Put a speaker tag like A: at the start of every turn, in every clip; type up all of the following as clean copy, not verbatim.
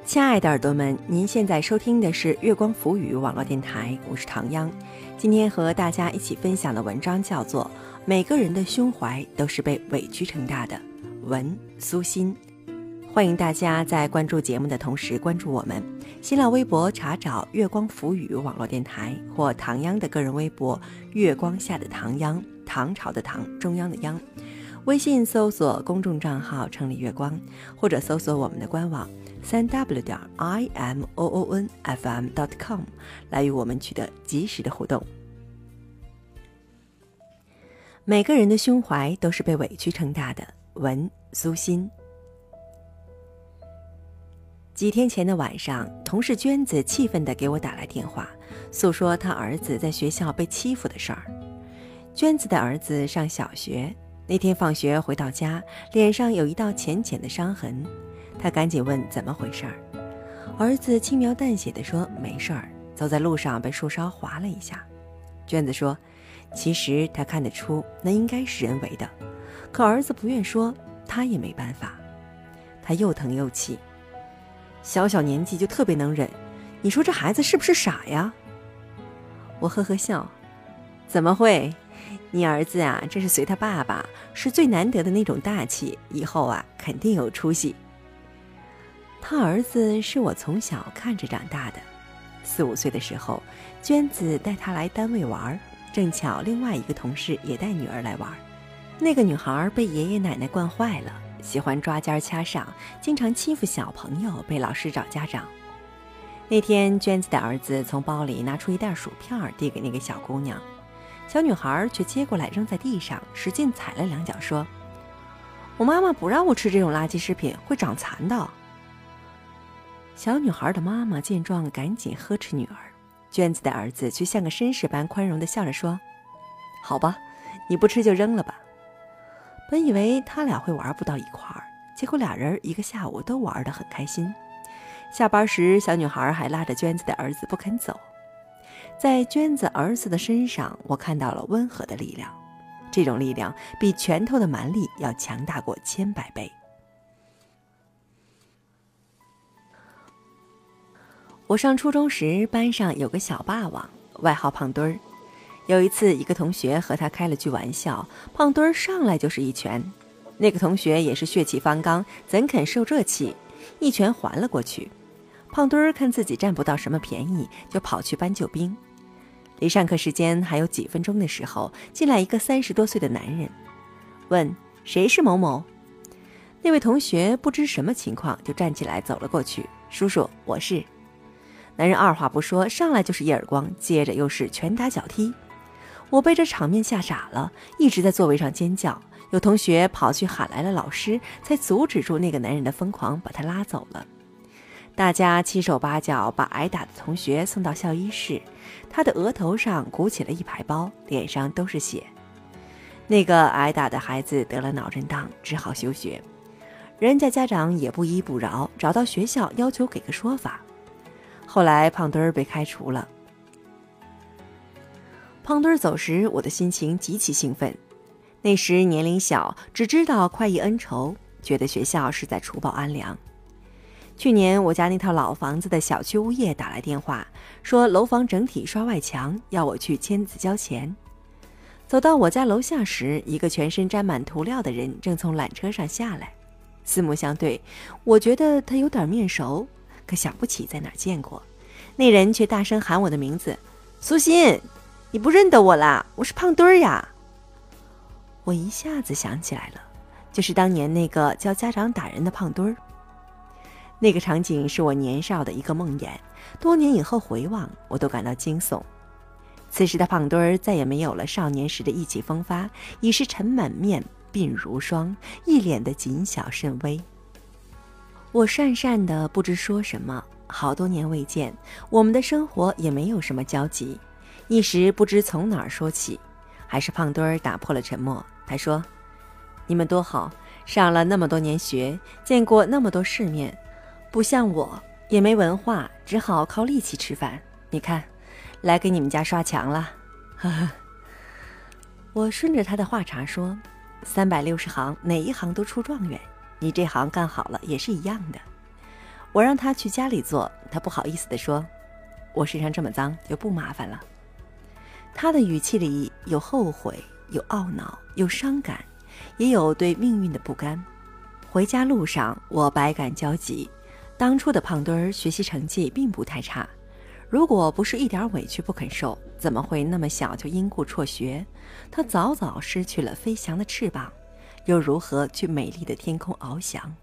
A: 亲爱的耳朵们，您现在收听的是月光浮语网络电台，我是唐央。今天和大家一起分享的文章叫做《每个人的胸怀都是被委屈撑大的》，文苏欣。欢迎大家在关注节目的同时关注我们，新浪微博查找月光浮语网络电台或唐央的个人微博月光下的唐央，唐朝的唐，中央的央。微信搜索公众账号城里月光，或者搜索我们的官网3w.imoonfm.com 来与我们取得及时的互动。每个人的胸怀都是被委屈撑大的，文苏欣。几天前的晚上，同事娟子气愤地给我打来电话，诉说她儿子在学校被欺负的事儿。娟子的儿子上小学，那天放学回到家，脸上有一道浅浅的伤痕，他赶紧问怎么回事儿。儿子轻描淡写地说没事儿，走在路上被树梢划了一下。娟子说其实他看得出那应该是人为的，可儿子不愿说，他也没办法。他又疼又气，小小年纪就特别能忍，你说这孩子是不是傻呀？我呵呵笑，怎么会？你儿子啊，这是随他爸爸，是最难得的那种大气，以后啊肯定有出息。他儿子是我从小看着长大的，4、5岁的时候，娟子带他来单位玩，正巧另外一个同事也带女儿来玩。那个女孩被爷爷奶奶惯坏了，喜欢抓奸掐上，经常欺负小朋友，被老师找家长。那天娟子的儿子从包里拿出一袋薯片递给那个小姑娘，小女孩却接过来扔在地上，使劲踩了2脚，说我妈妈不让我吃这种垃圾食品，会长残的。小女孩的妈妈见状赶紧呵斥女儿，娟子的儿子却像个绅士般宽容地笑着说好吧，你不吃就扔了吧。本以为他俩会玩不到一块儿，结果俩人一个下午都玩得很开心。下班时，小女孩还拉着娟子的儿子不肯走。在娟子儿子的身上，我看到了温和的力量，这种力量比拳头的蛮力要强大过1000百倍。我上初中时，班上有个小霸王，外号胖墩儿。有一次，一个同学和他开了句玩笑，胖墩儿上来就是一拳。那个同学也是血气方刚，怎肯受这气，一拳还了过去。胖墩儿看自己占不到什么便宜，就跑去搬救兵。离上课时间还有几分钟的时候，进来一个30多岁的男人，问谁是某某。那位同学不知什么情况，就站起来走了过去，叔叔，我是。男人二话不说，上来就是一耳光，接着又是拳打脚踢。我被这场面吓傻了，一直在座位上尖叫。有同学跑去喊来了老师，才阻止住那个男人的疯狂，把他拉走了。大家七手八脚把挨打的同学送到校医室，他的额头上鼓起了一排包，脸上都是血。那个挨打的孩子得了脑震荡，只好休学。人家家长也不依不饶，找到学校要求给个说法。后来胖墩儿被开除了。胖墩儿走时，我的心情极其兴奋。那时年龄小，只知道快意恩仇，觉得学校是在除暴安良。去年我家那套老房子的小区物业打来电话，说楼房整体刷外墙，要我去签字交钱。走到我家楼下时，一个全身沾满涂料的人正从缆车上下来，四目相对，我觉得他有点面熟，可想不起在哪儿见过。那人却大声喊我的名字，苏欣，你不认得我啦？我是胖墩儿呀。我一下子想起来了，就是当年那个教家长打人的胖墩儿。那个场景是我年少的一个梦魇，多年以后回望，我都感到惊悚。此时的胖墩儿再也没有了少年时的意气风发，已是尘满面，鬓如霜，一脸的谨小慎微。我讪讪的不知说什么，好多年未见，我们的生活也没有什么交集，一时不知从哪儿说起。还是胖墩儿打破了沉默，他说你们多好，上了那么多年学，见过那么多世面，不像我也没文化，只好靠力气吃饭。你看，来给你们家刷墙了。呵呵。我顺着他的话茬说，360行哪一行都出状元，你这行干好了也是一样的。 我让他去家里做，他不好意思地说，我身上这么脏，就不麻烦了。他的语气里有后悔，有懊恼，有伤感，也有对命运的不甘。回家路上，我百感交集。当初的胖墩儿学习成绩并不太差，如果不是一点委屈不肯受，怎么会那么小就因故辍学？他早早失去了飞翔的翅膀，又如何去美丽的天空翱翔？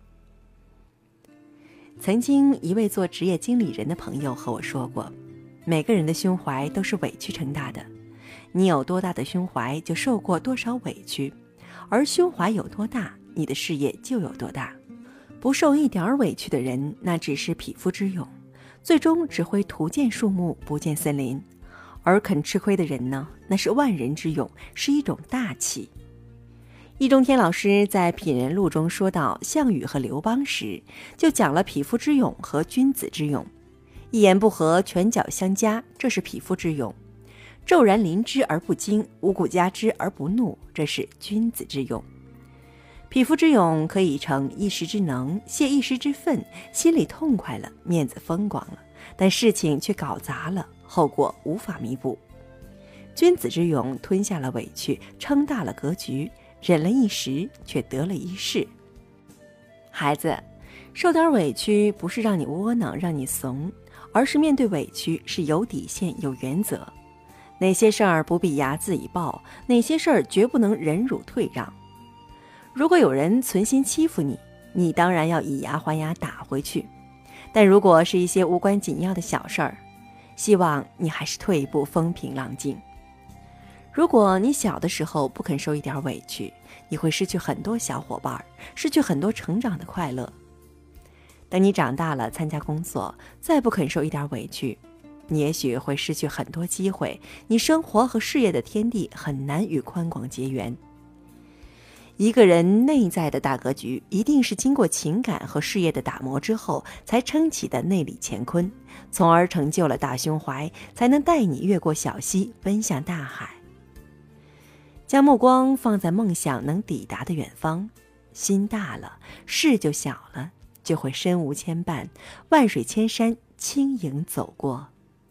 A: 曾经一位做职业经理人的朋友和我说过，每个人的胸怀都是委屈撑大的，你有多大的胸怀，就受过多少委屈，而胸怀有多大，你的事业就有多大。不受一点委屈的人，那只是匹夫之勇，最终只会图见树木，不见森林。而肯吃亏的人呢，那是万人之勇，是一种大气。易中天老师在《品人录》中说到项羽和刘邦时，就讲了匹夫之勇和君子之勇。一言不合，拳脚相加，这是匹夫之勇；骤然临之而不惊，五谷加之而不怒，这是君子之勇。匹夫之勇可以成一时之能，泄一时之愤，心里痛快了，面子风光了，但事情却搞砸了，后果无法弥补。君子之勇吞下了委屈，撑大了格局，忍了一时，却得了一世。孩子，受点委屈不是让你窝囊，让你怂，而是面对委屈是有底线、有原则。哪些事儿不必睚眦以报，哪些事儿绝不能忍辱退让。如果有人存心欺负你，你当然要以牙还牙打回去。但如果是一些无关紧要的小事儿，希望你还是退一步，风平浪静。如果你小的时候不肯受一点委屈，你会失去很多小伙伴，失去很多成长的快乐。等你长大了，参加工作，再不肯受一点委屈，你也许会失去很多机会，你生活和事业的天地很难与宽广结缘。一个人内在的大格局，一定是经过情感和事业的打磨之后才撑起的内里乾坤，从而成就了大胸怀，才能带你越过小溪，奔向大海。将目光放在梦想能抵达的远方，心大了，事就小了，就会身无牵绊，万水千山，轻盈走过。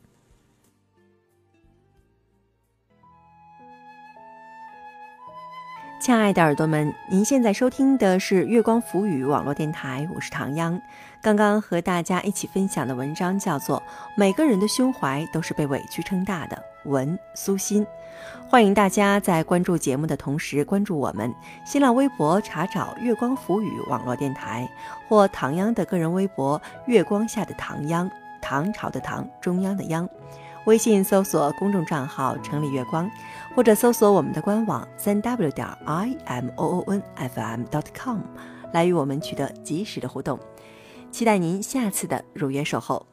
A: 亲爱的耳朵们，您现在收听的是月光浮语网络电台，我是唐央。刚刚和大家一起分享的文章叫做《每个人的胸怀都是被委屈撑大的》，文苏欣。欢迎大家在关注节目的同时关注我们新浪微博，查找月光浮语网络电台，或唐央的个人微博月光下的唐央，唐朝的唐，中央的央。微信搜索公众账号城里月光，或者搜索我们的官网3w.imoonfm.com 来与我们取得及时的互动。期待您下次的如约守候。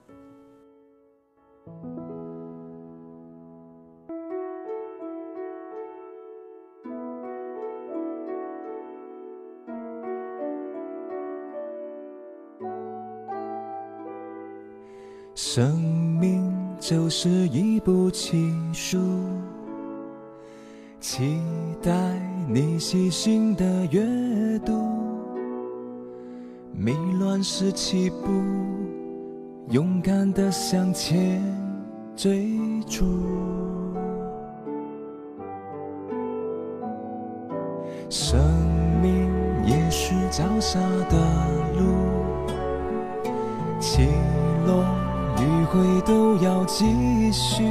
B: 生命就是一部奇书，期待你细心的阅读。迷乱时起步，勇敢地向前追逐。生命也是脚下的路，起落迂回都要继续，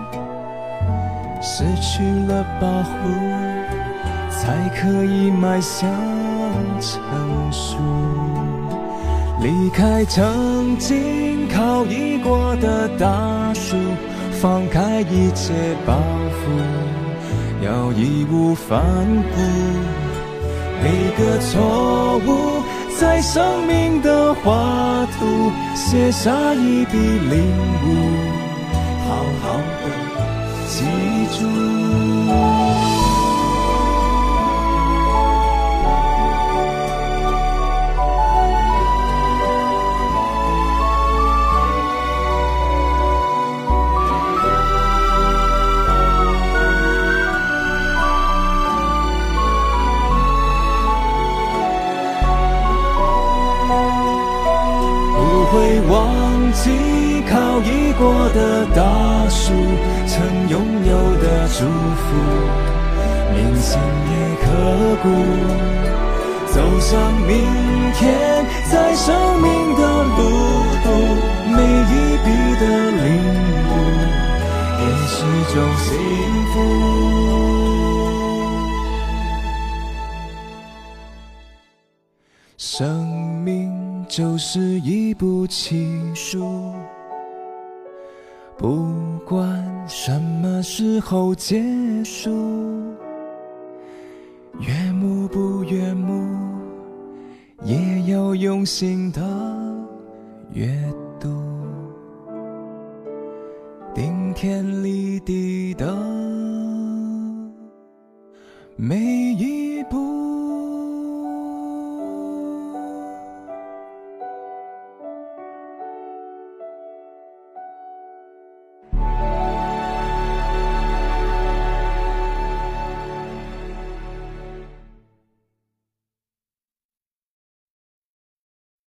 B: 失去了保护，才可以迈向成熟。离开曾经靠依过的大树，放开一切包袱，要义无反顾。每个错误在生命的画图写下一笔领悟，好好的记住。不忘记靠倚过的大树，曾拥有的祝福，铭心也刻骨。走向明天，在生命的路途，每一笔的领悟，也是种幸福。生命就是一部奇书，不管什么时候结束，悦目不悦目，也要用心的阅读。顶天立地的